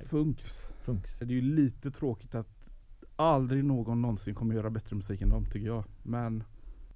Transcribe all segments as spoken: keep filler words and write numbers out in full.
Funks. Funks. Det är ju lite tråkigt att aldrig någon någonsin kommer göra bättre musik än dem, tycker jag. Men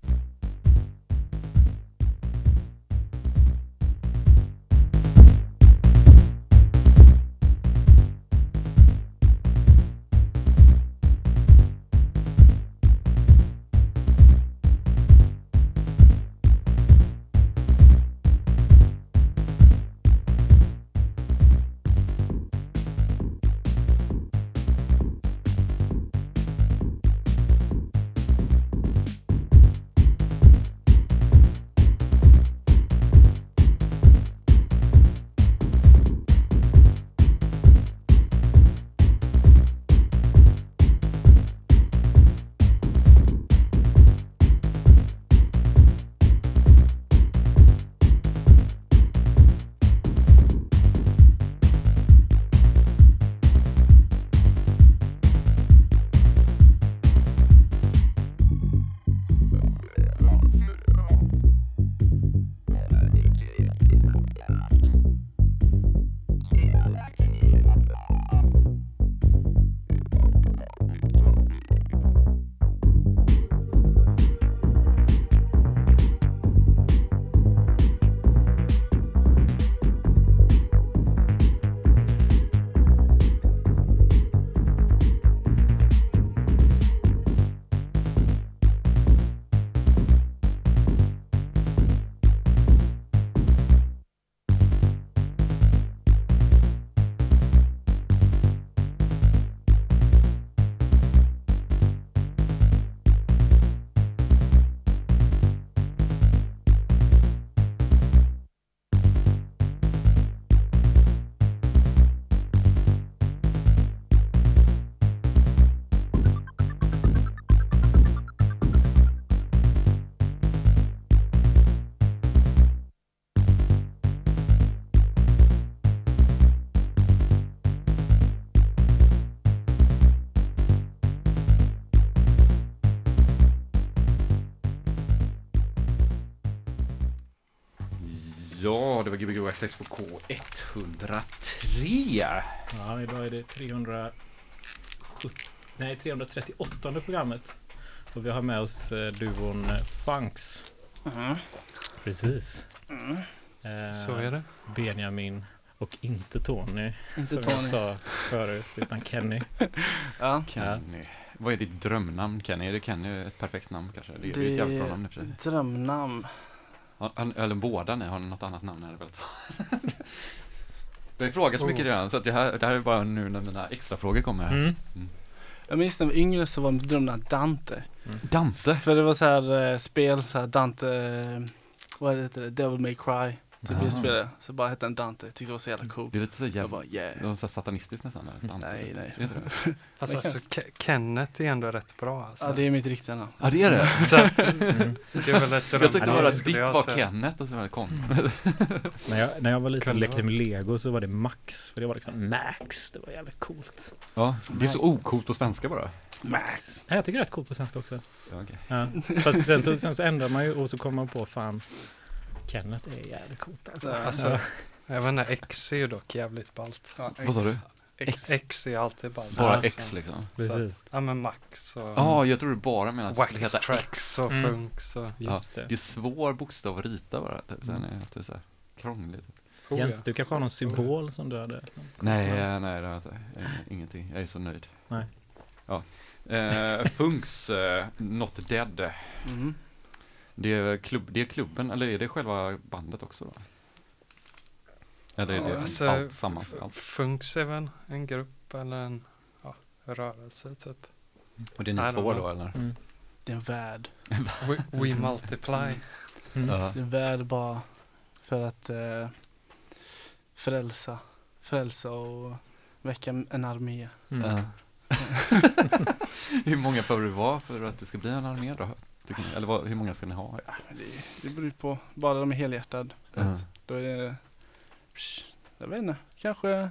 Ja, det var Gbg Waxxed på K etthundratre. Ja, idag är det trehundrasjuttio, nej, trehundratrettioåttonde programmet. Och vi har med oss eh, duon eh, Funks. Mm. Precis. Mm. Eh, Så är det. Benjamin och inte Tony. Inte som Tony. jag sa förut, utan Kenny. Ja. Kenny. Vad är ditt drömnamn, Kenny? Är det Kenny ett perfekt namn kanske? Det är Det ju ett jävligt bra namn i och för sig. drömnamn. Har- har- Eller båda ni har något annat namn här väl? Det har ju frågat så mycket redan, så att det här, det här är bara nu när mina extra frågor kommer här. Mm. Jag minns när jag var yngre så var mitt drömnamn Dante. Dante! För det var så här eh, spel, så här Dante, eh, vad heter det? Devil May Cry. Typ Aha. vi spelade. Så bara hette den Dante. Tyckte det var så jävla coolt. Det är lite så Jag jävla... bara yeah. Det var så här satanistiskt nästan. Eller? Dante. Nej, nej. Är det det? Fast alltså, Ke- Kenneth är ändå rätt bra alltså. Ja, det är mitt riktiga namn. Ja, det är det. Så att, Mm. det är väl ett Jag tyckte drömnamn, bara att skulle ditt jag var säga. Kenneth och så var det Con. När, jag, när jag var liten och Kunde lekte vara. med Lego så var det Max. För det var liksom Max. Det var jävligt coolt. Ja, det är så ocoolt på svenska bara. Max. Nej, jag tycker det är rätt coolt på svenska också. Ja, okej. Ja. Fast sen så, sen så ändrar man ju och så kommer man på fan Kenneth är jävligt coolt alltså. Alltså, Ja. jag vet inte, X är ju dock jävligt ballt. Ja, Vad sa du? X. X är alltid ballt. Bara Ja, X liksom. Precis. Ja men Max och Ja, jag tror du bara menar att det skulle Wax heta Tracks X. och Mm. Funks och... Just Ja, det. det är svår bokstav att rita bara. Typ. Den är lite så här krånglig. Typ. Oh, Jens, ja. du kanske har någon symbol som du hade? Nej, nej, det har jag inte. Jag har ingenting. Jag är så nöjd. Nej. Ja. Eh, Funks, eh, Not Dead. Mm. Det är, klubb, det är klubben, eller är det själva bandet också då? Eller är det Ja, alltså, allt sammans? F- Allt? Funks är väl en grupp eller en ja, rörelse typ. Och det är I ni don't två know. då, eller? Mm. Det är en värld. We, we multiply. Mm. Ja. Det är en värld bara för att eh, frälsa. Frälsa och väcka en armé. Mm. Ja. Hur många behöver det vara för att det ska bli en armé då? Tycker ni? Eller vad, hur många ska ni ha? Ja, men det, det beror på. Bara de är helhjärtad. Ja. Då är det, psh, jag vet inte, kanske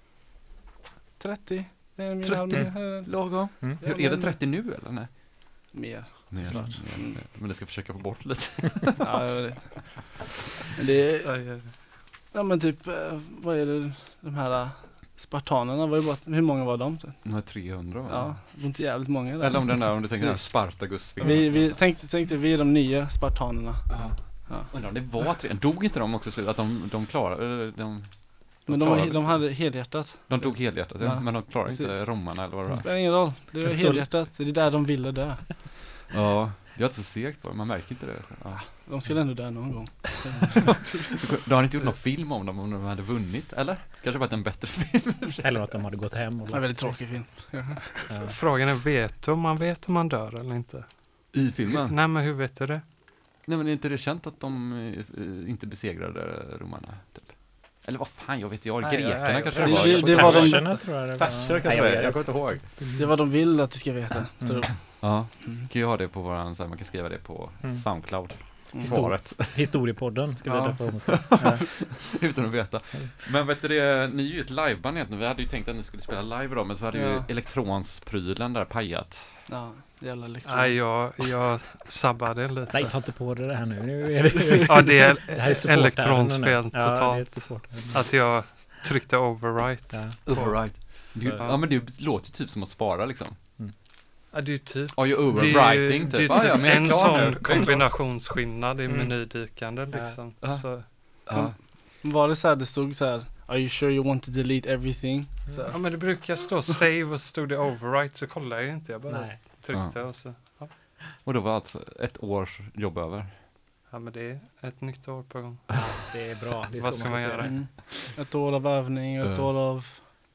trettio. Det är min trettio? armé. Eh, Lagom. Mm. Ja, Hur, är det men- trettio nu eller? Nej. Mer. Nej, Såklart. men, men det ska försöka få bort lite. Ja, jag vet det. Men det är, Aj, aj. ja men typ, eh, vad är det, de här Spartanerna var ju bara, hur många var de? De här trehundra va? Ja, det var inte jävligt många där. Eller om den där, om du tänker den här Spartacus-filmen. Vi, vi tänkte, tänkte vi är de nya spartanerna. Ja. Ja. Undrar om det var tre. Dog inte de också slut? Att de, de klarade, de, Men de, var, de hade helhjärtat. de dog helhjärtat, ja. Ja, Men de klarade inte precis. romarna eller vad det Det var. spelar ingen roll. Det var Så- helhjärtat. Det är där de ville dö. Ja, jag är inte så segt på det. Man märker inte det. Ja. De skulle ändå dö någon gång. De har inte gjort någon film om dem om de hade vunnit, eller? Kanske varit en bättre film. Eller att de hade gått hem och Det var en väldigt lagt sig. tråkig film. Ja. Frågan är, vet du om man vet om man dör eller inte? I filmen? Nej, men hur vet du det? Nej, men är inte det känt att de eh, inte besegrade romarna, typ? Eller vad fan, jag vet jag. Nej, Grekerna nej, nej, kanske det- det var. det- det var de- Perserna tror jag det var. Perser kanske Nej, det är. vet Jag kommer inte ihåg. Det var de vill att du ska veta. Mm. tror jag. Ja, Mm. kan ju ha det på våran, så här, man kan skriva det på Mm. Soundcloud. Mm. Svaret. Historiepodden skulle Ja. jag döpa om oss till. Ja. Utan att veta. Men vet du det, ni är ju ett liveband egentligen. Vi hade ju tänkt att ni skulle spela live då, men så hade ju Ja. elektronsprylen där pajat. Ja, jävla elektron. Nej, jag, jag sabbade lite. Nej, ta inte på dig det här nu. Nu är det, Ja, det är, det här är ett supportärende elektrons nu. fel Ja, det är ett totalt. supportärende. Att jag tryckte overwrite. Ja. Override. Det är ju- Ja. Ja, men det låter ju typ som att spara liksom. Ja, det är ju typ. Ja, ju Det är ju, overwriting det är ju typ. Ah, typ ja, men jag är en klar nu. Jag är sån klar. kombinationsskillnad i Mm. menydykande liksom. Ja. Så, Ja. Var det så här det stod så här? Are you sure you want to delete everything? Så här. ja, men det brukar stå save och stod det overwrite, så kollar jag ju inte. Jag bara Nej. tryckte och så. Ja. Och då var alltså ett års jobb över. ja, men det är ett nytt år på gång. Ja, det är bra. Det är Vad så ska man man får se göra? det. Mm. Ett år av övning, ett Ja. år av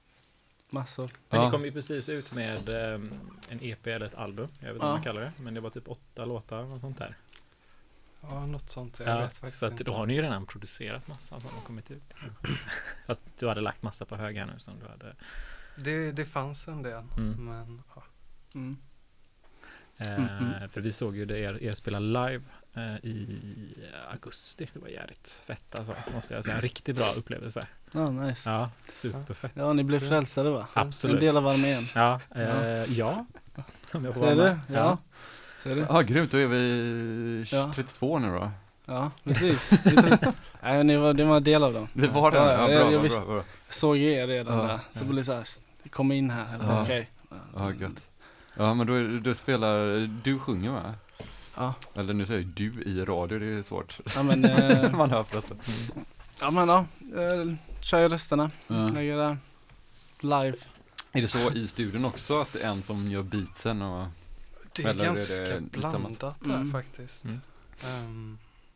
massor. Men Ja. ni kom ju precis ut med um, en E P eller ett album. Jag vet inte Ja. vad man kallar det. Men det var typ åtta låtar och sånt där. Ja, något sånt. Jag Ja, vet faktiskt så att inte. då har ni ju redan producerat massa som har kommit ut. Fast du hade lagt massa på hög här nu som du hade. Det, det fanns en del, Mm. men ja. Mm. Eh, Mm, mm. För vi såg ju det er, er spela live eh, i augusti. Det var jävligt fett alltså, måste jag säga. En riktigt bra upplevelse. Ja, nice. Ja, superfett. Ja, ni blev frälsade va? Absolut. En del av armén. Ja, eh, ja. Om jag får Är vara det? med. Ja. Så är det? Ja, grymt. Då är vi Ja. trettiotvå nu då. Ja, precis. Nej, ni var, det var en del av dem. Det var det? Ja, Ja, ja, bra, jag, bra, jag bra, visste, bra. såg er redan Ja, där. Så ja. blev det så här, kom in här. Jag bara, Ja. Okej. Ja, gött. Ja, men då, är- då spelar, du sjunger va? Ja. Eller nu säger jag du i radio, det är svårt. Ja men, eh, Man hör förresten. ja men ja, eh, kör jag rösterna. Ja. Lägger där live. Är det så i studion också att det är en som gör beatsen och... Det är Eller är ganska det lite annat? blandat där Mm. faktiskt. Mm. Ehm,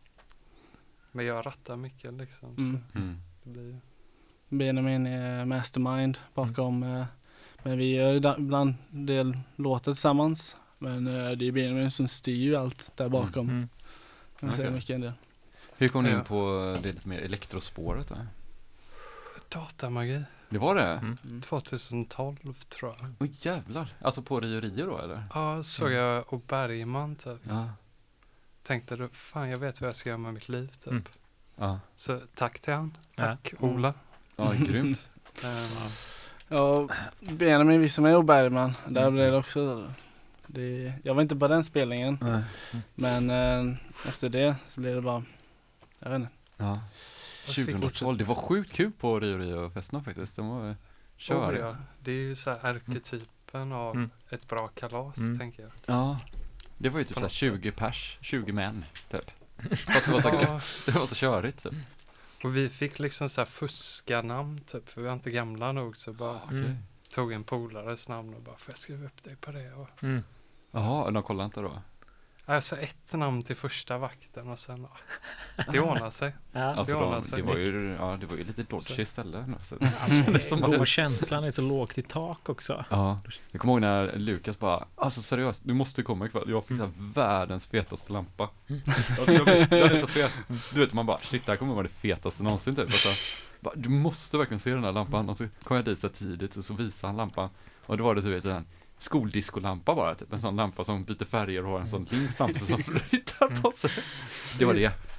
men jag rattar mycket liksom. Mm. Så Mm. det blir, Benjamin är mastermind bakom. Eh, men vi gör ju da- ibland del låtar tillsammans. Men eh, det är Benjamin som styr ju allt där bakom. Mm. Kan man säga Okej. mycket en del. Hur kom ni in Ja. på det lite mer elektrospåret då? datamagi. Det var det? Mm. Mm. tjugohundratolv tror jag. Oj jävlar. Alltså på Rio Rio då eller? Ja, såg Mm. jag och Bergman typ. Ja. Tänkte då, fan jag vet vad jag ska göra med mitt liv typ. Mm. Ja, Så tack till han. Ja. Tack Ola. ja grymt. Ehm, Ja, Benjamin visste mig och Bergman. Där Mm. blev det också. Det, jag var inte på den spelningen. Nej. Men eh, efter det så blev det bara, jag vet inte. Ja. Jag fick tjugohundratolv, det var sjukt kul på Rio Rio-festerna faktiskt. De var oh, kör. ja. Det är ju så här arketypen av Mm. ett bra kalas Mm. tänker jag. Ja. Det var ju typ På såhär något tjugo pers, tjugo män typ. Fast det var så, Ja, det var så körigt typ. och vi fick liksom så här fuska namn typ. För vi var inte gamla nog så bara Mm. tog en polares namn och bara får jag skriva upp dig på det? Och, Mm. Jaha, de kollade inte då? alltså ett namn till första vakten och sen ja, det ordnar sig. Ja. Alltså ordnar de, sig. det, var ju, ja, det var ju lite dodgy ställe. Så. Alltså, det är Som så att- god känslan är så lågt i tak också. Ja, jag kommer ihåg när Lukas bara, alltså seriöst, du måste komma ikväll. Jag fick så här världens fetaste lampa. Alltså, jag, jag, jag är så fet. Du vet, man bara, shit, det här kommer vara det fetaste någonsin typ. Alltså, bara, du måste verkligen se den här lampan. Och så kom jag dit så här tidigt och så visade han lampan. Och då var det så vet en skoldiscolampa bara, typ. En sån lampa som byter färger och har en sån lins framför sig som flyttar på sig. Det var det.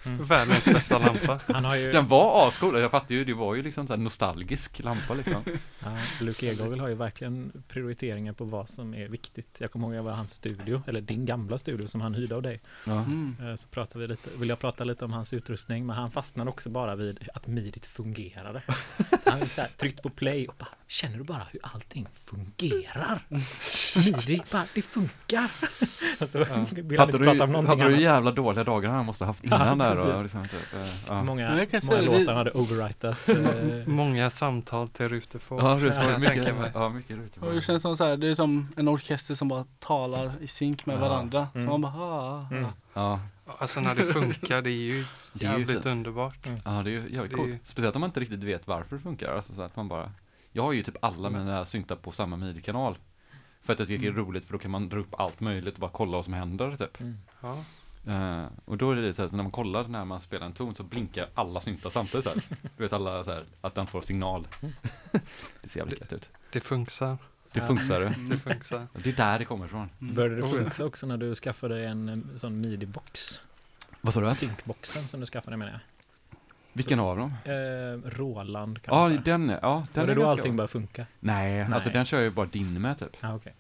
Mm. Världens bästa lampa. Han har ju, Den var ascool, jag fattar ju, det var ju liksom så här nostalgisk lampa liksom. ja, Luke Egogel har ju verkligen prioriteringar på vad som är viktigt. Jag kommer ihåg att jag var i hans studio, eller din gamla studio som han hyrde av dig. Ja. Mm. Eh, Så pratade vi lite, vill jag prata lite om hans utrustning, men han fastnade också bara vid att midit fungerade. Så han så här, tryckte på play och bara, känner du bara hur allting fungerar? Midi, bara, det funkar. Alltså, vill han inte Fattar du, prata om någonting fattar du hur annat. jävla dåliga dagar han måste ha haft innan Ja, där? precis. Och liksom, typ, eh, ja. Många, Men jag kan många säga, låtar det- hade overwritat. eh, Många samtal till Rutefår. Ja, det var kan jag mycket, tänka mig. ja, mycket rutor. Och det känns som så här, det är som en orkester som bara talar i synk med Ja. varandra. Mm. Så man bara, ah, ah. Mm. Ja, Alltså när det funkar, det är ju Det är ju jävligt fint. underbart. ja, det är ju jävligt Det är coolt. ju- Speciellt om man inte riktigt vet varför det funkar. Alltså, så att man bara, jag har ju typ alla Mm. mina syntar på samma midi-kanal. För att jag tycker det är Mm. roligt, för då kan man dra upp allt möjligt och bara kolla vad som händer typ. mm. Ja. Eh, och då är det så här, så när man kollar när man spelar en ton så blinkar alla syntar samtidigt så här. Du vet alla så här, att den får signal. Det ser jävligt gött ut. Det funkar. Det Ja. funkar det. Mm. Det funkar. Det är där det kommer ifrån. Mm. Började det Oh, funka också när du skaffade en eh, sån midi-box? Vad sa du? Synkboxen som du skaffade, menar jag. Vilken av dem? Eh, Roland Ja, kanske. den är, ja, den Var det är då ganska allting bra. började funka? Nej, alltså Nej. den kör ju bara din med typ. Ah, okej.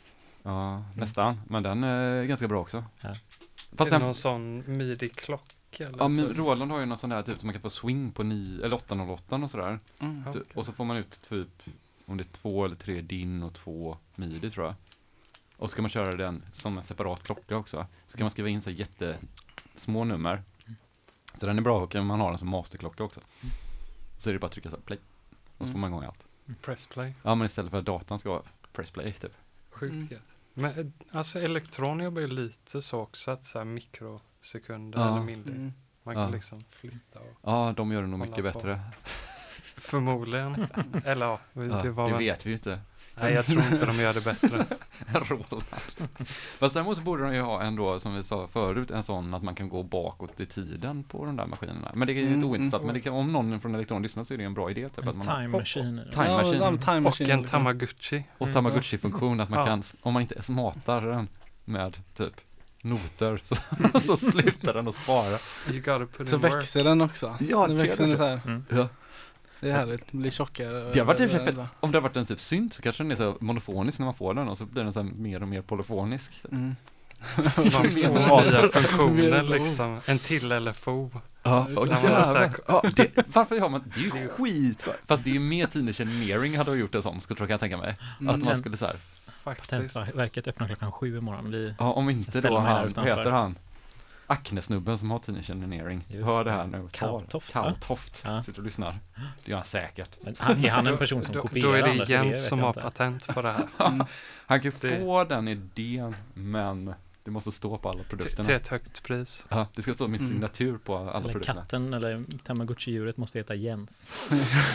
Ja, nästan. Men den är ganska bra också. Ja. Fast är det den, någon sån midi-klocka? eller ja, men typ? Roland har ju någon sån där typ som man kan få swing på nio, eller åtta noll åtta och sådär. Mm. Ja. Typ. Och så får man ut typ, om det är två eller tre din och två midi tror jag. Och så kan man köra den som en separat klocka också. Så kan man skriva in så här jättesmå nummer. Så den är bra, och kan man ha den som masterklocka också. Så är det bara att trycka så här play. Och så får man igång allt. Press play. Ja, men istället för att datan ska vara press play typ. Sjukt Mm. gött. Men eh, alltså elektron jobbar ju lite så också, att så här mikrosekunder Ja. eller mindre. Mm. Man Ja. kan liksom flytta och Ja, de gör det nog Hålla mycket på. bättre. förmodligen. Eller ja, Ja, det var det väl- vet vi ju inte. Nej, jag tror inte de gör det bättre. Roland. Fast däremot så borde de ju ha ändå, som vi sa förut, en sån att man kan gå bakåt i tiden på de där maskinerna. Men det är ju Mm, inte ointressant, mm. men det kan, om någon från Elektron lyssnar så är det en bra idé. Typ, att En man har, time machine. eller? Time Ja, machine. de time Och machine, en liksom. Tamagotchi. och Mm. Tamagotchi-funktion, att man Ja. kan, om man inte ens matar den med typ noter så, så slutar den att spara. You gotta put Så in work. växer den också. Ja, den det växer gör den det. så här. Mm. Ja. Det är härligt. Det blir tjockare. Det har varit i och för sig Eller- fett. Om det har varit en typ synt så kanske den är så monofonisk när man får den och så blir den så här mer och mer polyfonisk. Mm. Man Mer får nya Mer funktioner så. liksom. En till L F O. Ja, Just och det. jävlar. Ja, det, varför har man, det är ju skit. Fast det är ju mer Teenage Engineering hade gjort det som, skulle jag kan tänka mig. Mm. Att man skulle så här, Faktiskt. Patentverket öppnar klockan sju imorgon. Vi, ja, om inte Ställer då mig där han, vad utanför. heter han? Acne-snubben som har Teenage Engineering. Just Hör det det. här nu. Kautoft, va? Kautoft. Ja. Sitter och lyssnar. Det gör han säkert. men han, är han en person som då, kopierar Då är andras det idéer, Jens vet som jag har inte. patent på det här. Mm. Han kan ju Det- få den idén, men det måste stå på alla Till, produkterna. till ett högt pris. Ja, det ska stå min Mm. signatur på alla Eller produkterna. katten eller Tamagotchi-djuret måste heta Jens.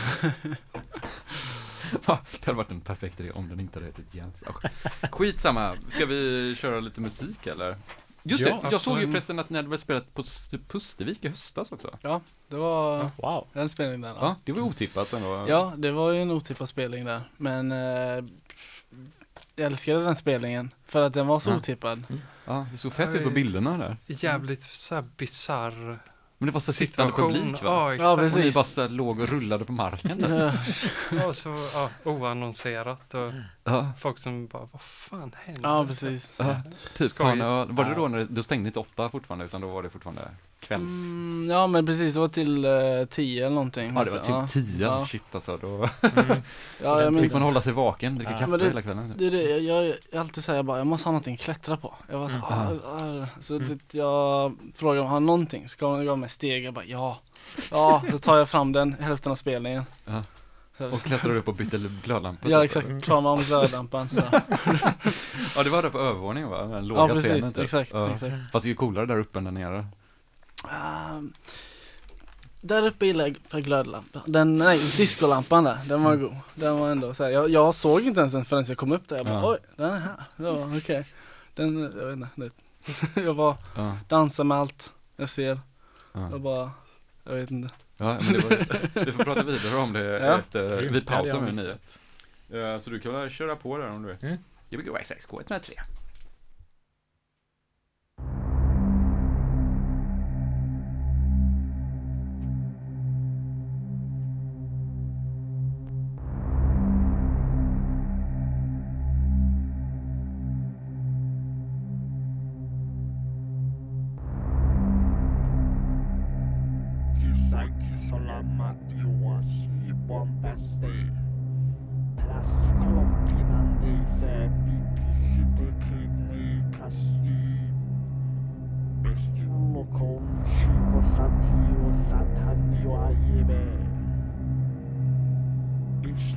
Ja, det hade varit en perfekt idé om den inte hade hetat Jens. Ja, skitsamma, ska vi köra lite musik eller? Just Ja, det, jag såg ju absolut. förresten att ni hade väl spelat på S- Pustervik i höstas också. Det var Wow. en spelning där. Ja, det var otippat ändå. Ja, det var ju en otippad spelning där. Men eh, jag älskade den spelningen för att den var så Ja. otippad. Ja, det såg fett ut på bilderna där. Jävligt så här bizarr Men det var så sittande situation. publik va? Ja, Ja, exakt. Och ni precis. bara så här låg och rullade på marken typ. Ja. Ja, så ja, oannonserat och Ja, folk som bara, vad fan händer? Ja, precis. ja, typ ta en Skoj. öl. Var det då Ja. när det, då stängde inte åtta fortfarande utan då var det fortfarande kvälls... Mm, ja, men precis. Det var till eh, tio eller någonting. Ja, det var ja. typ tio. Ja. Shit alltså. Då Mm. Ja, jag fick minns, man hålla sig vaken, dricka Ja. kaffe Men det- hela kvällen. det är det, jag, jag, jag alltid säger bara, jag måste ha någonting att klättra på. Jag var så, Mm. ah, ah, så Mm. det, jag frågade om han har någonting, så gav han gav mig steg, jag bara ja. Ja, då tar jag fram den, hälften av spelningen. Ja. Så, Och klättrade upp och bytte glödlampor. ja, typ. exakt. Kramade om glödlampan. Så. Ja, det var där på övervåningen va? Den låga Ja, precis. scenen typ. Exakt, Ja. exakt. Fast det är ju coolare där uppe än där nere. Um, där uppe gillar jag för glödlampan. Den, nej, discolampan där, den var god. Den var ändå så här, jag, jag såg inte ens den förrän jag kom upp där. Jag bara, Ja. oj, den är här. Ja, okej. Den, jag vet inte. Det, jag bara Ja, dansar med allt jag ser. ja. Jag bara, jag vet inte. Ja, men det var, vi får prata vidare om det Ja. efter, Grymt, vid det hade pausen jag med nio. missat. Ja, så du kan väl köra på där om du vill. Mm. Here we go, X X K ett noll tre.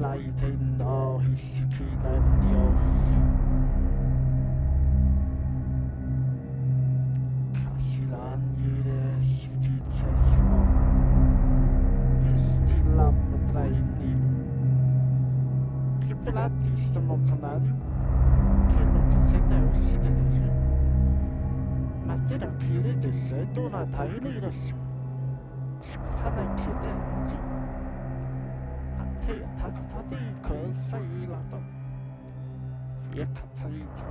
slide in och hissikina i oss. Kasilan gire sivitesmo. Pestilla medraini. Kipelati stamokanari. Kilo kaseta usidedesu. Matera kire desu dona tairidesu. Shipasana kide. Ante takatadi kasailata. Fiekatarita.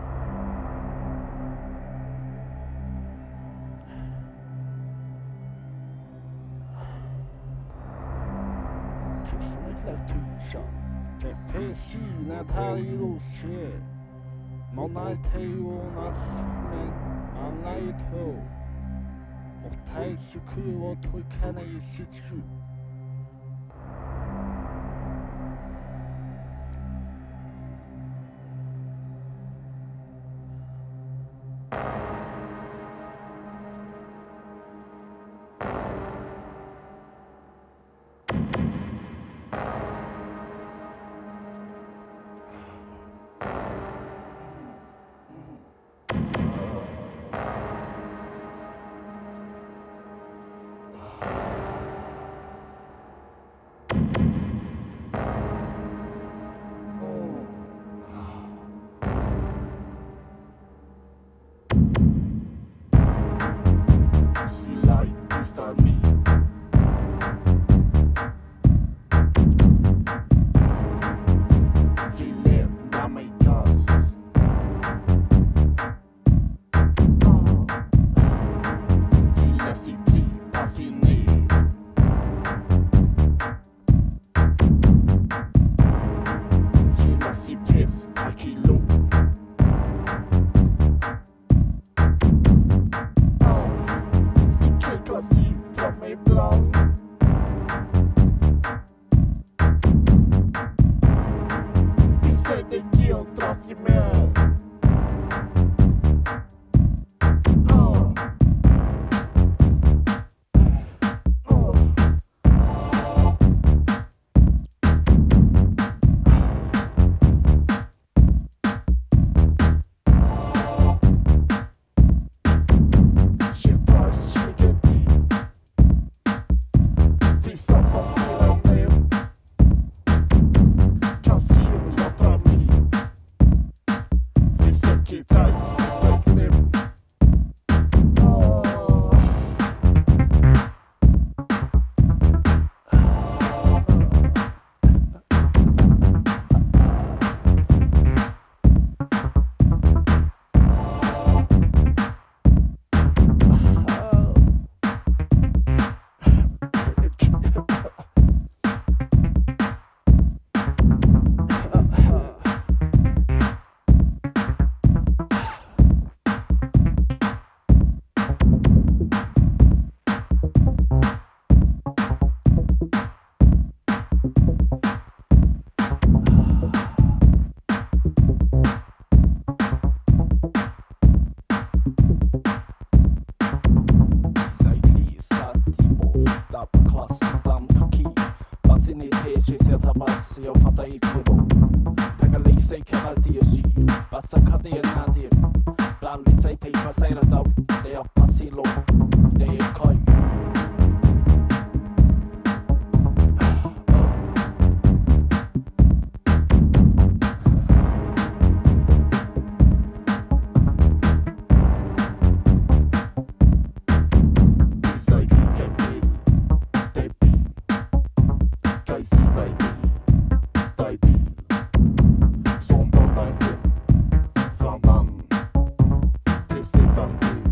Kismilla tusha. Det pesina tairoshe. Monai teiwonas men anai to. Otai suku o toikana isichu. From man till Stefan.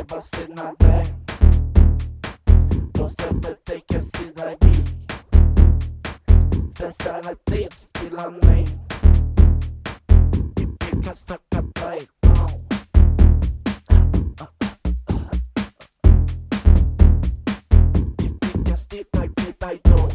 vad senare. Då släpper däcken sida i bil. Pressar ett dels till han mig. Vi kan snacka play. Vi kan stifta glida i då.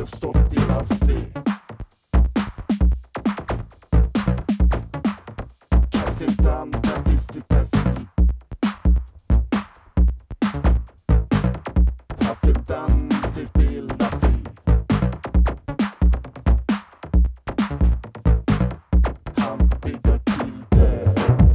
stått i Alfred. Kassetan, artist i perspektiv. Pappetan till bilda fri. Han bidrar till det.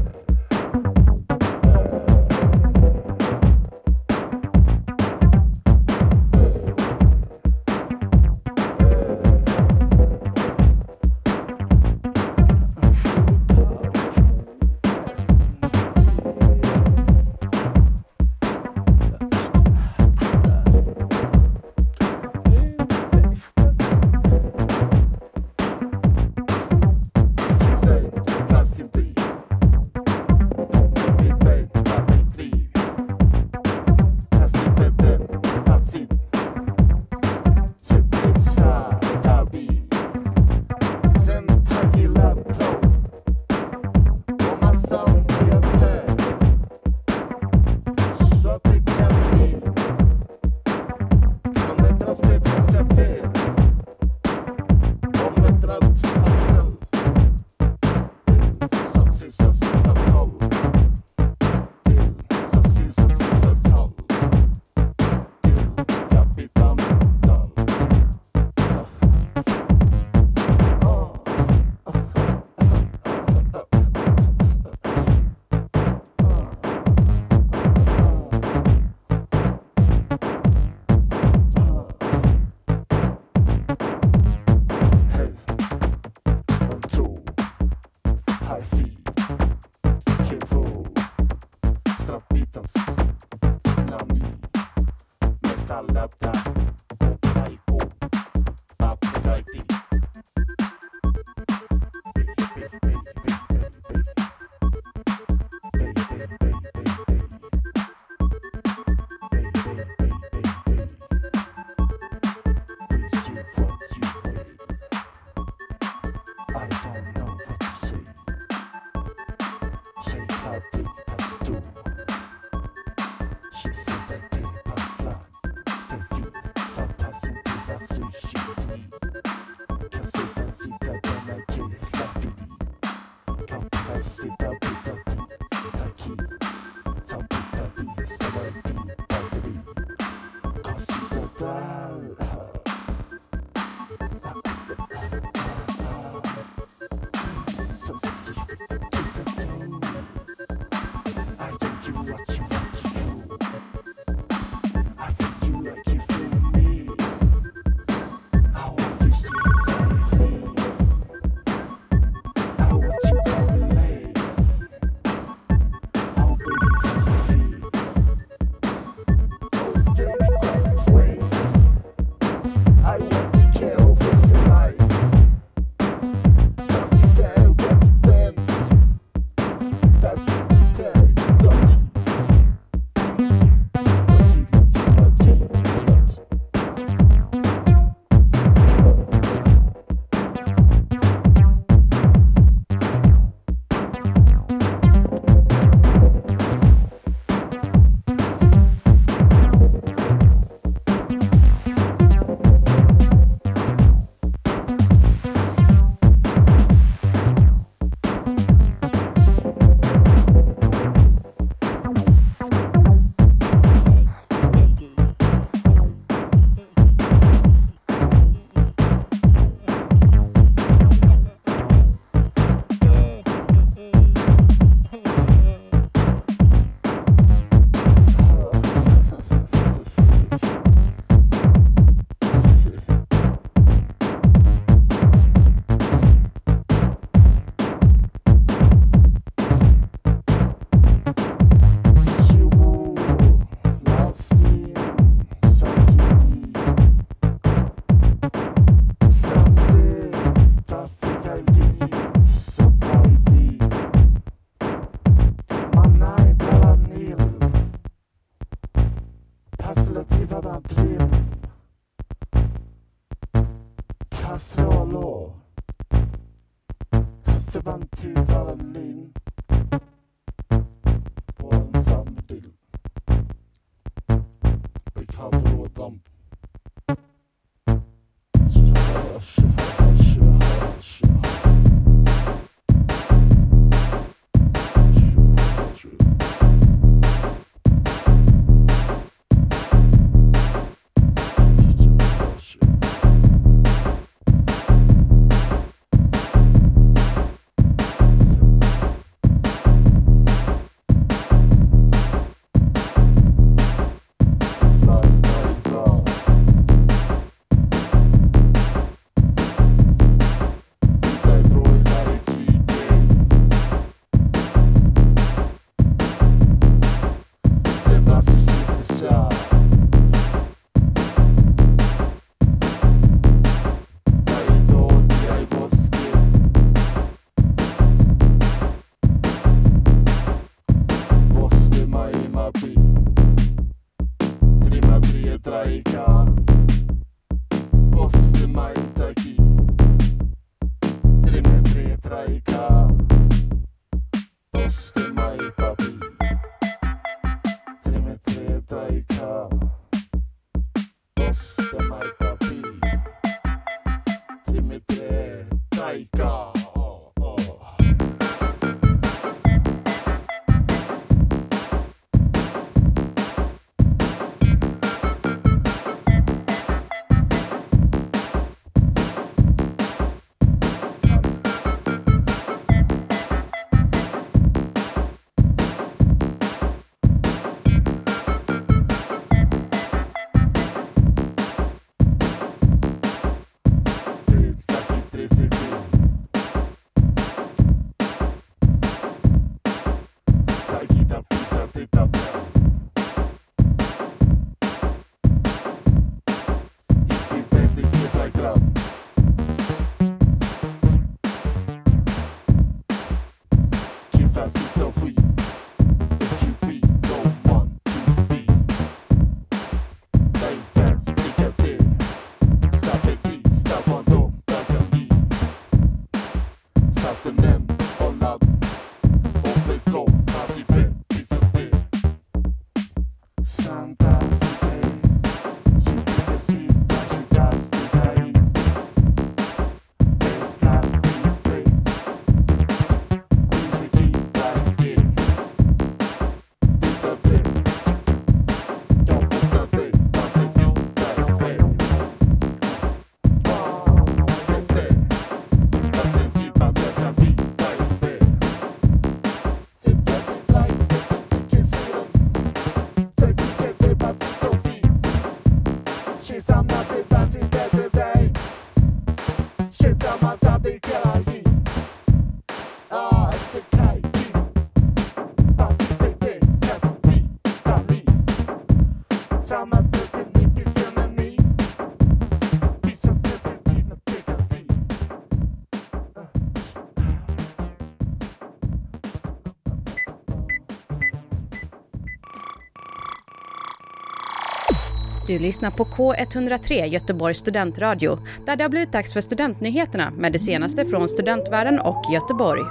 Sevantivalin på en sambil. Vi kallar då dem Du lyssnar på K ett noll tre Göteborgs studentradio, där det har blivit dags för studentnyheterna med det senaste från studentvärlden och Göteborg.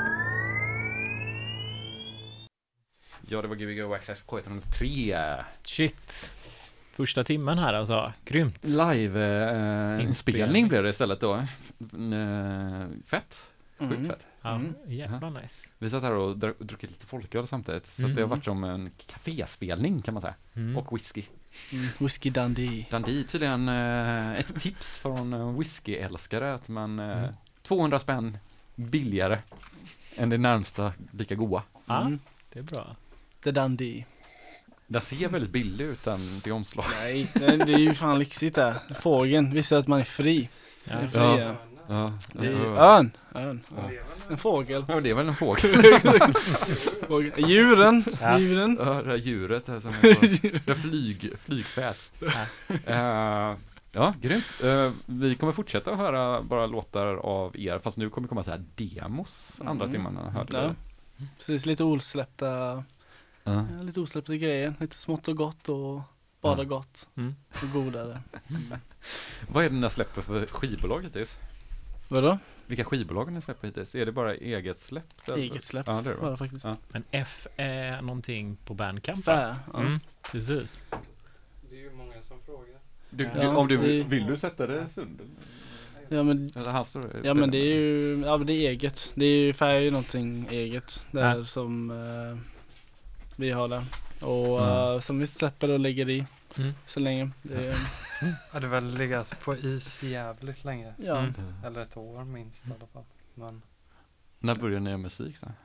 Ja, det var G B G Access på K ett noll tre. Shit. Första timmen här alltså. Grymt. Live-inspelning eh, blev det istället då. Eh, fett. Sjukt Mm. fett. Ja, Mm. jävla nice. Vi satt här och dr- druckit lite folköl samtidigt. Så Mm. att det har varit som en kaféspelning kan man säga. Mm. Och whisky. Mm. Whiskey Dundee. Dundee tydligen eh, ett tips från en whiskyälskare att man eh, Mm. tvåhundra spänn billigare än det närmsta lika goa. Ja, Mm. det är bra. The Dundee. Den ser väldigt billig ut den till omslag. Nej, det, det är ju fan lyxigt där. Fågeln, visst att man är fri. Ja. Man är fri Ja. ja. Ja, Det är ju ja. ön. ön. Ja. En fågel. Ja, det är väl en fågel. Fågel. Djuren. Ja. Djuren. Ja, det här djuret här som är på, det är flyg, flygfät. Uh, ja, grymt. Uh, vi kommer fortsätta att höra bara låtar av er, fast nu kommer det komma så här demos andra Mm. timmarna. Hörde Ja. vi. Precis, lite osläppta, Ja. ja, lite osläppta grejer. Lite smått och gott och bara Ja. gott. Mm. Och godare. Vad är det ni släpper för skivbolag hittills? Vadå? Vilka skivbolag ni släpper hittills? Är det bara eget släpp? eller? Eget släpp. Ja, det är det. Bara va? faktiskt. Ja. Men F är någonting på Bandcamp. Fä. Ja. Mm, precis. Det är ju många som frågar. Du, Ja, du, om du det- vill du sätta det Sundel? Ja men, Eller han står det. ja men det är ju, ja men det är eget. Det är ju färg är ju någonting eget där Ja. som eh, vi har där. Och Mm. eh, som vi släpper och lägger i Mm. så länge. Det är, Hade väl legat på is jävligt länge. ja. Mm. Eller ett år minst i alla fall. Men När började ni göra musik då?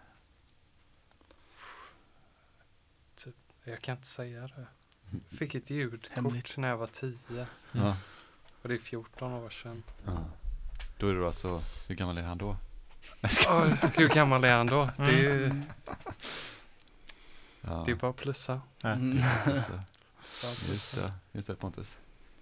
jag kan inte säga det. Fick ett ljudkort Hemligt. när jag var tio. Ja. Och det är fjorton år sedan. ja. Då är du alltså, hur gammal är han då? Oh, hur gammal är han då? Det är ju Ja. det är bara att plussa. Mm. Alltså, Bara att just plussa. det, just det Pontus.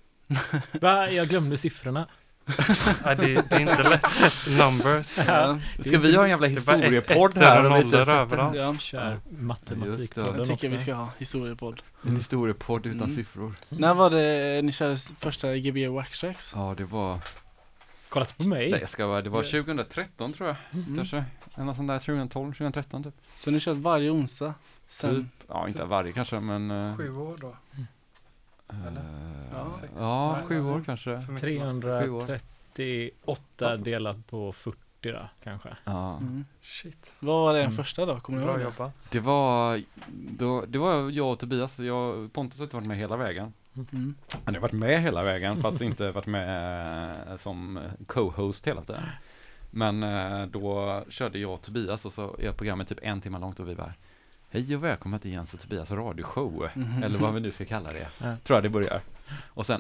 Va? Jag glömde siffrorna. Ja, det, det är inte lätt. Numbers. Ja. Ska vi ha en jävla Det är bara ett- historiepodd ettor här? och om vi inte nollor sett överallt. Ja. Kör Just matematikpodden det. Jag tycker vi också. ska ha historiepodd. En historiepodd utan Mm. siffror. När var det ni körde s- första G B Waxtrax? Ja, det var, Kolla på mig. nej jag ska vara, det var tjugohundratretton tror jag. Mm. Kanske. Eller något sånt där, tjugotolv, tjugotretton typ. Så ni kört varje onsdag? Sen, Typ, ja inte varje kanske men. eh, Sju år då. eh, eller? Ja. Sex. ja, Nej, sju nej. år kanske. För mycket. trehundratrettioåtta delat på fyrtio då, kanske. Ja. mm. Shit. Vad var det den Mm. första då? Kommer ni Bra ihåg det? jobbat. Det var, då, det var jag och Tobias, jag, Pontus har inte varit med hela vägen. Mm. Han har varit med hela vägen fast inte varit med eh, som co-host hela tiden. Men eh, då körde jag och Tobias och så är programmet typ en timme långt och vi bara hej och välkommen till Jens och Tobias radioshow. Mhm. Eller vad vi nu ska kalla det. Ja. Tror jag det börjar. Och sen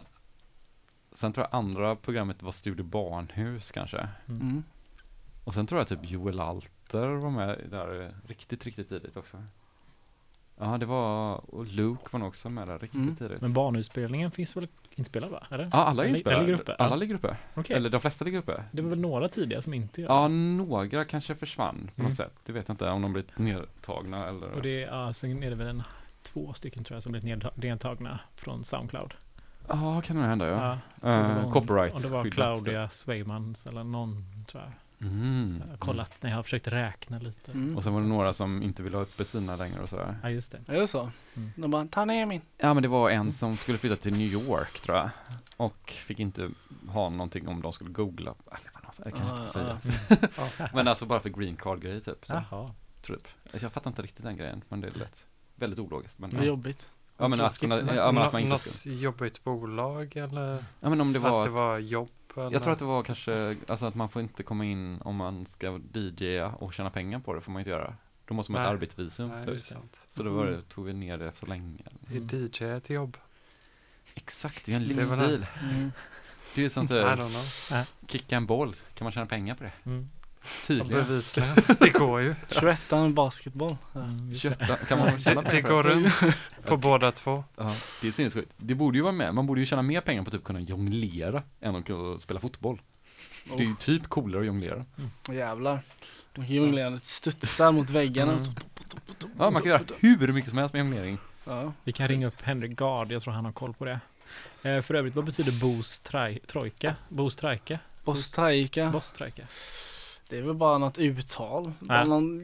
Sen tror jag andra programmet var Studio Barnhus kanske. Mm. Och sen tror jag typ Joel Alter var med där eh, riktigt, riktigt tidigt också. Ja, det var, och Luke var nog också med där riktigt Mm. tidigt. Men barnutspelningen finns väl inspelad va? Eller? Ja, alla är Den li- inspelade. den ligger uppe, Alla ja. ligger uppe. Okej. Eller de flesta ligger uppe. Det var väl några tidiga som inte gör det. Ja, några kanske försvann på Mm. något sätt. Det vet jag inte om de blivit nedtagna eller... Och det är, ja, sen är det väl en, två stycken tror jag som blivit nedta- nedtagna från Soundcloud. Ja, kan det nog hända ja. Ja, så det Eh, var- copyright Och det var skyddat. Claudia Sveimans eller någon tror jag. Mm. Jag har kollat när jag har försökt räkna lite. Mm. Och sen var det några som inte ville ha ett Bessina längre och sådär. Ja just det. Är det så? Mm. De bara, ta ner min. Ja, men det var en som skulle flytta till New York tror jag. Och fick inte ha någonting om de skulle googla. Eller vad något, jag kan Ah, inte säga. ah. Men alltså bara för green card grejer typ. Så, Jaha. typ. Alltså, jag fattar inte riktigt den grejen, men det är lätt. Väldigt ologiskt. Men, Det var ja. jobbigt. Ja, men att, kunna, Tråkigt. ja, men att man Nå- inte ska... Något jobbigt bolag eller Ja, men om det var... att det var jobb? Eller? Jag tror att det var kanske, alltså att man får inte komma in om man ska D J och tjäna pengar på det, får man inte göra. Då måste man ha ett Nej. arbetsvisum. Nej, typ. det är sant. Så då var det, tog vi ner det för länge. Är D J ett jobb? Exakt, det är en Det är väl livsstil. Mm. Det är ju som I typ, don't know. kicka en boll, kan man tjäna pengar på det? Mm. Ja, Tydligen. bevisligen. Det går ju. tjugoettan basketboll. Ja. Mm, just det. Kötta, kan man tjäna Det, pengar det på går runt på båda två. Ja, det är sinnessjukt. Det borde ju vara med, man borde ju tjäna mer pengar på att typ kunna jonglera än att kunna spela fotboll. Det är ju typ coolare att jonglera. Jävlar. De jonglerar studsar mot väggarna. Mm. Ja, man kan göra hur mycket som helst med jonglering. Ja. Vi kan ringa upp Henrik Gard, jag tror han har koll på det. Eh, för övrigt, vad betyder Boos traj- trojka? Boos trajka? Boss Trajka. Boss trajka. Det är väl bara något uttal. Bara Ja. någon...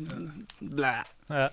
Blä. Eh,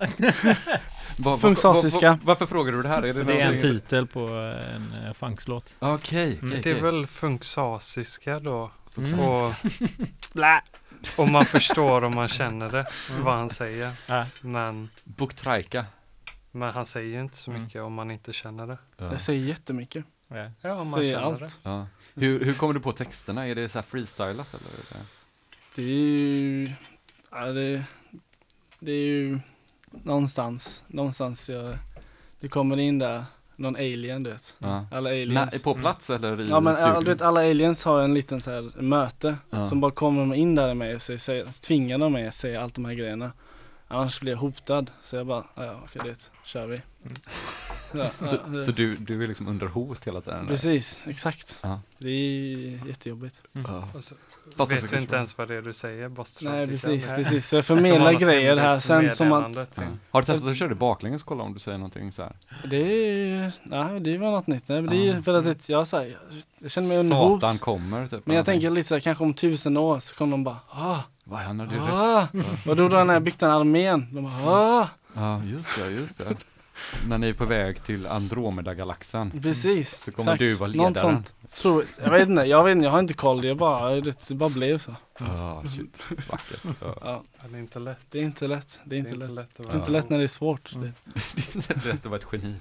Va, Funksassiska. va, va, varför frågar du det här? Är det, det är en någonting- titel på en uh, funkslåt. Okej, Mm, okej, Det är okej. väl funksasiska då. Mm. Och, Blä. och man förstår om man känner det, vad han säger. Ja. Men, Buktrajka. men han säger ju inte så Mm. mycket om man inte känner det. Ja. Det säger jättemycket. Ja. Ja, om man Säger känner allt. det. Ja. Hur, hur kommer du på texterna? Är det så här freestylat eller? Är det... Det är ju... Ja, det, det är ju någonstans. Någonstans jag... Det kommer in där. Någon alien, du vet. Ja. Alla aliens. Nej, på plats eller i Ja men ja, studion? du vet, alla aliens har en liten så här möte Ja. som bara kommer in där med sig, säger, tvingar dem med sig allt de här grejerna. Annars blir jag hotad. Så jag bara, ja okej det kör vi. Ja, ja, Så, det- så du, du är liksom under hot hela tiden? Precis, exakt. Ja. Det är jättejobbigt. Ja. Och så Fast vet också du kanske inte man- ens vad det är du säger. Boss Nej Traffic, precis, eller? precis. Så jag Det kan vara förmedlar något grejer här hemligt sen som man... meddelande till- Ja. Har du testat att köra det baklänges och kolla om du säger någonting så här? Det är nej, det var något nytt. Nej, men det är Ja. för att det, jag, så här, jag, jag känner mig under hot. Satan kommer typ. Men jag tänker lite så här, kanske om tusen år så kommer de bara, ah, Vad händer du rätt? ah. Och då när jag byggt den armén, de bara, ah. Ja, just det, just det. När ni är på väg till Andromeda-galaxen Precis. så kommer exakt. du vara Något ledaren. sånt. Tror, jag vet inte, jag vet inte, jag har inte koll. Det är bara, det bara blev så. Ja, shit. Vackert. Ja. Ja, Ja, det är inte lätt. det är inte lätt. Det är inte lätt. att Det är inte lätt när det är svårt. Mm. Det är inte lätt att vara ett geni.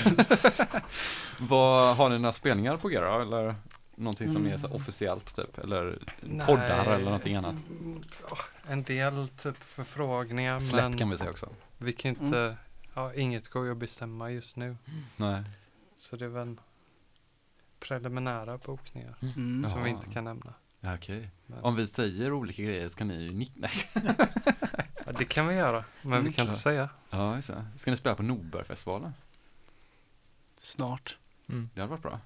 Vad, har ni några spelningar på G då? Eller någonting som är så officiellt typ? Eller poddar eller någonting annat? Mm, ja, en del typ förfrågningar, Släpp men kan vi säga också. vi kan inte, ja, inget går ju att bestämma just nu. Nej. Så det är väl preliminära bokningar Mm. Ja. som vi inte kan nämna. Ja, okej. Men, Om vi säger olika grejer så kan ni ju nicka. ja, det kan vi göra, men vi kan inte säga. Ja, just det. Ska ni spela på Nordbergfestivalen? Snart. Det hade varit bra.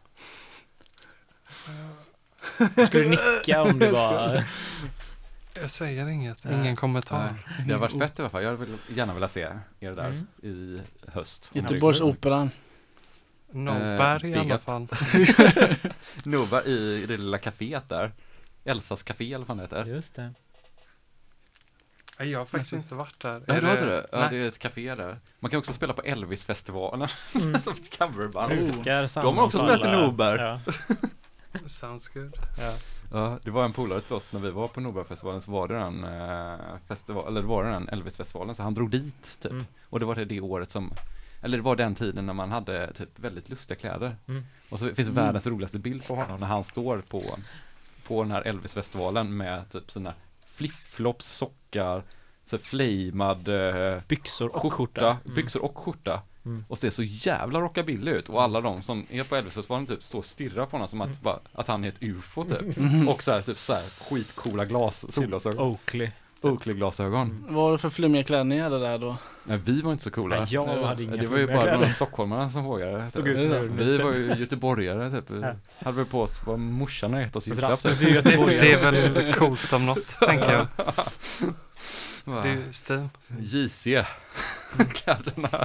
Skulle du nicka om det var... Jag säger inget, Nej. ingen kommentar. Nej. Det har varit fett i alla fall. Jag vill gärna vilja se er där Mm. i höst. Göteborgsoperan. Norberg i big alla up. fall. Nova i det lilla kaféet där. Elsas café eller vad fan det heter. Just det. Nej, jag har faktiskt inte varit där. Nej, Är du har inte det? Ja, Nej. det är ett café där. Man kan också spela på Elvis-festivalen Mm. som ett coverband. Brukar De har också spelat i sammanfalla. Norberg. Ja. Sounds good. Ja. Ja, det var en polare till oss när vi var på Nordbergfestivalen, så var det den eh, festival, eller det var det den Elvis-festivalen, så han drog dit typ. Mm. Och det var det, det året som, eller det var den tiden när man hade typ väldigt lustiga kläder. Mm. Och så finns det Mm. världens roligaste bild på honom när han står på, på den här Elvis-festivalen med typ sina flipflops, sockar, så flamad eh, Byxor och skjorta, skjorta. Mm. byxor och skjorta. Mm. Och ser så jävla rockabilly ut. Och alla de som är på Elvis-festivalen typ står och stirrar på honom som Mm. att, bara, att han är ett ufo typ. Mm. Och så här, typ så här skitcoola glas, solglasögon. Oakley. Oakley-glasögon. Vad var det för flummiga kläder ni hade där då? Nej, vi var inte så coola. Nej, jag hade inga det var ju flummiga bara de kläder. stockholmarna som vågade. Såg typ. ut som Ja, en Vi liten- var ju göteborgare typ. Ja. Hade vi på oss vad morsan har gett oss Fast julklapp. Rasmus är ju Det, göteborgare det är också. väl coolt om något, tänker jag. Va? Det är Steam. J C kläderna.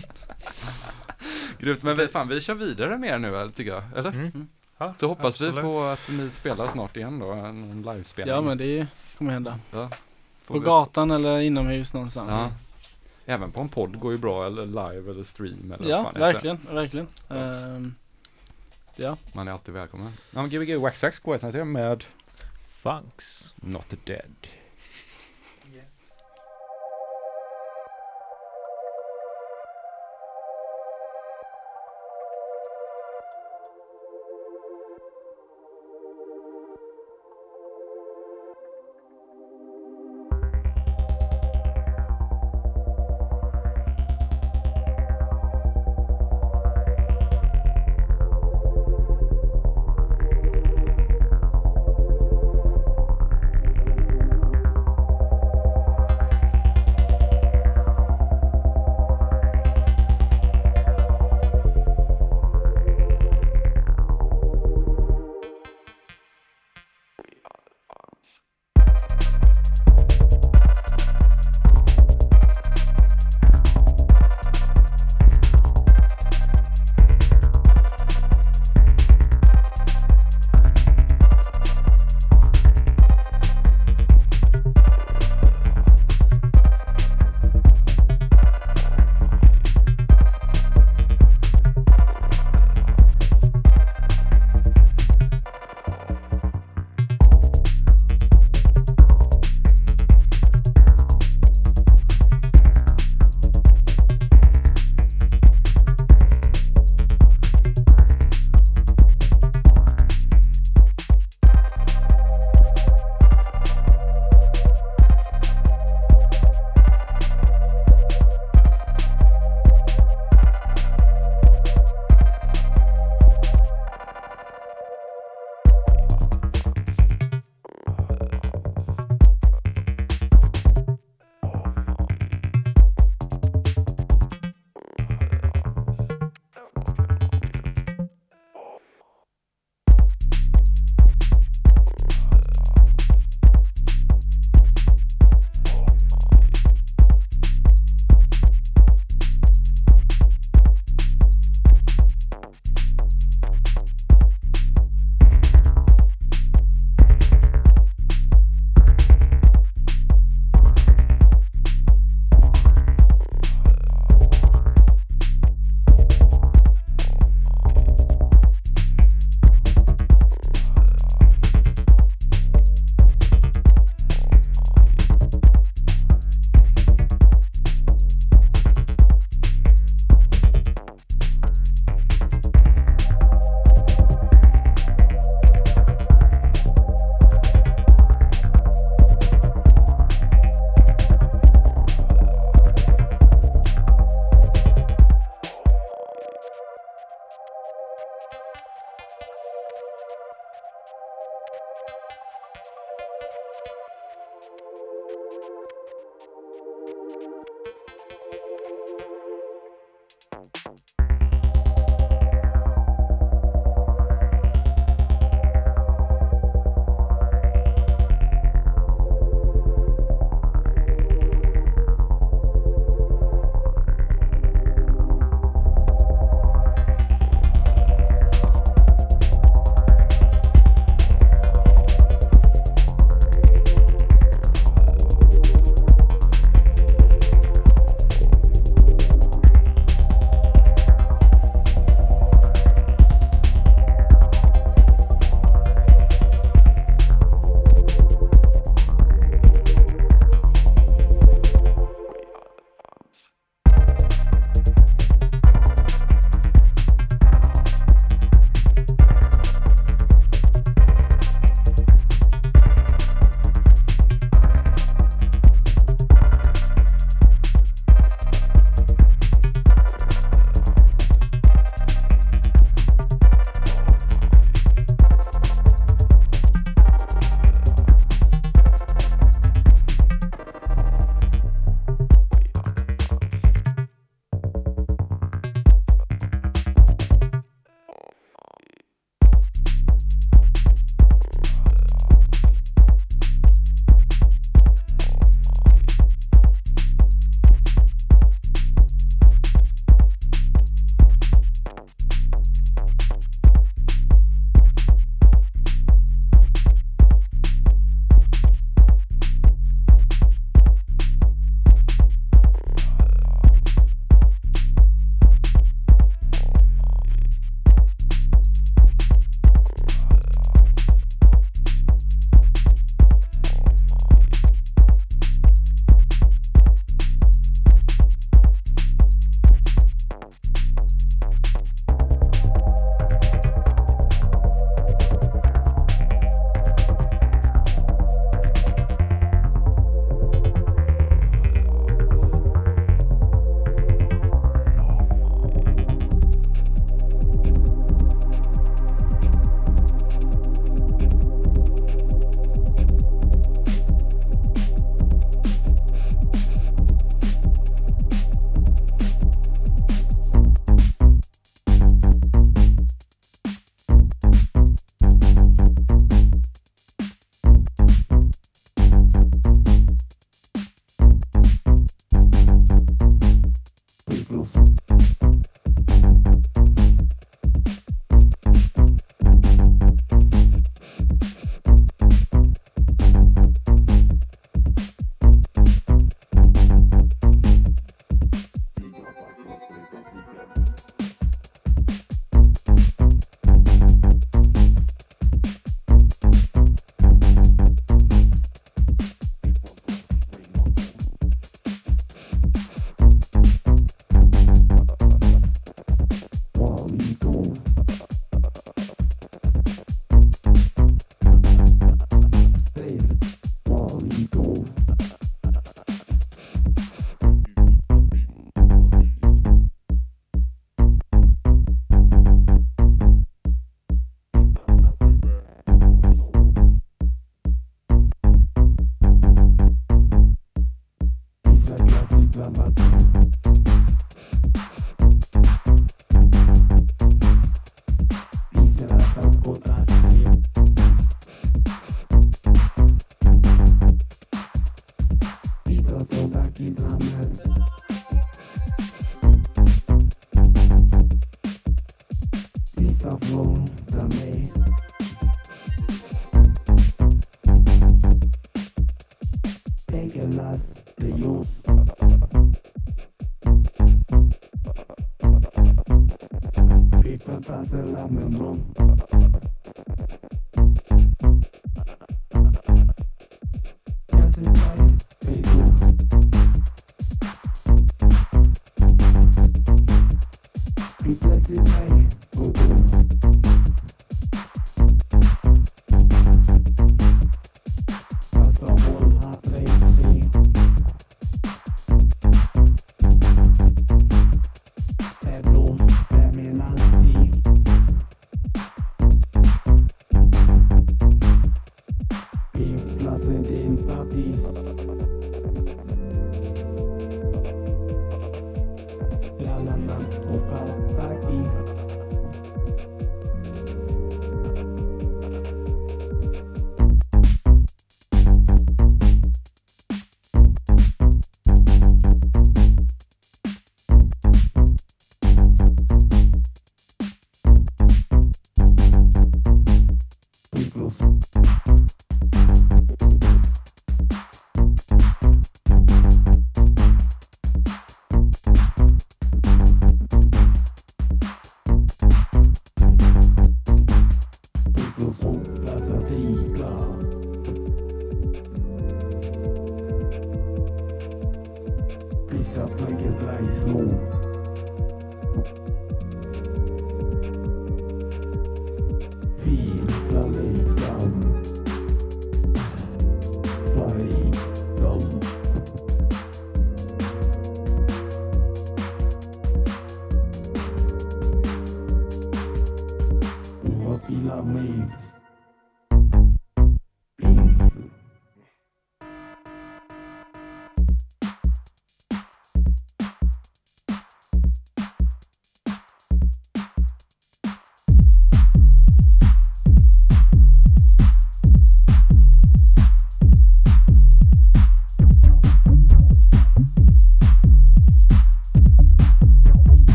Grymt, men vi, fan, vi kör vidare med er nu väl, tycker jag, eller? Mm. Ja, Så hoppas absolut. vi på att ni spelar snart igen då, en livespelning. Ja, men det kommer hända. Ja. Får På vi- gatan eller inomhus någonstans. Ja. Även på en podd går ju bra, eller live eller stream eller vad Ja, fan det verkligen, verkligen. Ehm, ja. heter. Man är alltid välkommen. Ja, men Gbg Waxtrax går ett med Funks. Not Dead. Thank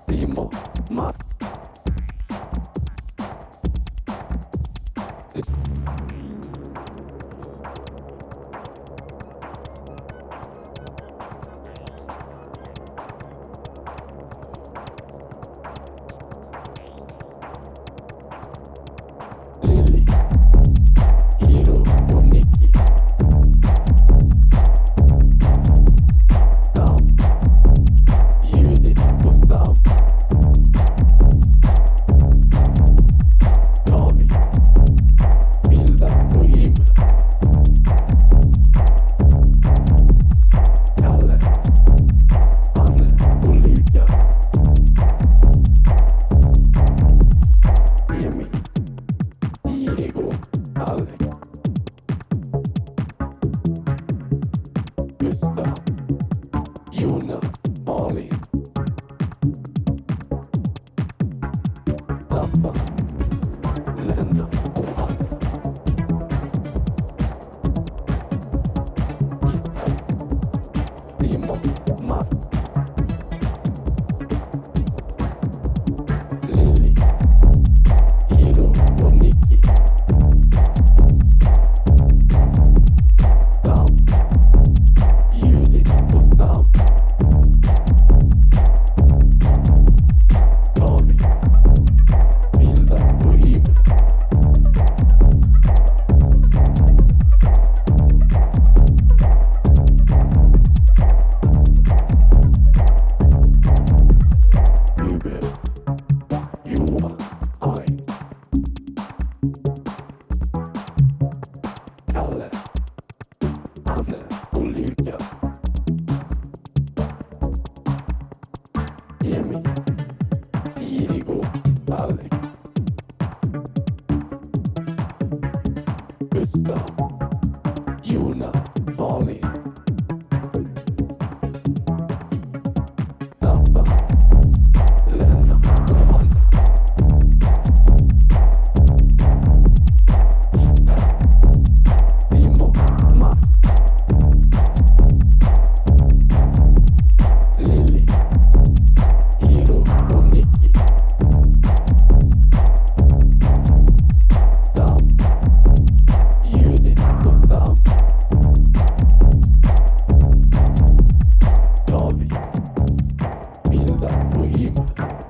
Simon, Max. Lily, Hiro och Nicky. Sam, Judith och Sam. David, Vilda och Imre. Kalle, Anne och Lukas. Emil, Diego, Alex. Gustav, Jonas, Malin. Staffan, Lennart och Hanna. Gissa, Simon, Max. Lily, Hiro och Nicky. Sam, Judith och Sam. David, Vilda och Imre. Hubert, Johan, Ain. Kalle, Anne och Lukas. Emil, Diego, Alex. Gustav, Jonas, Malin. Staffan, Lennart och Hanna. Gissa, Simon, Max. Lily, Hiro och Nicky. Sam, Judith och Sam. David, Vilda och Imre.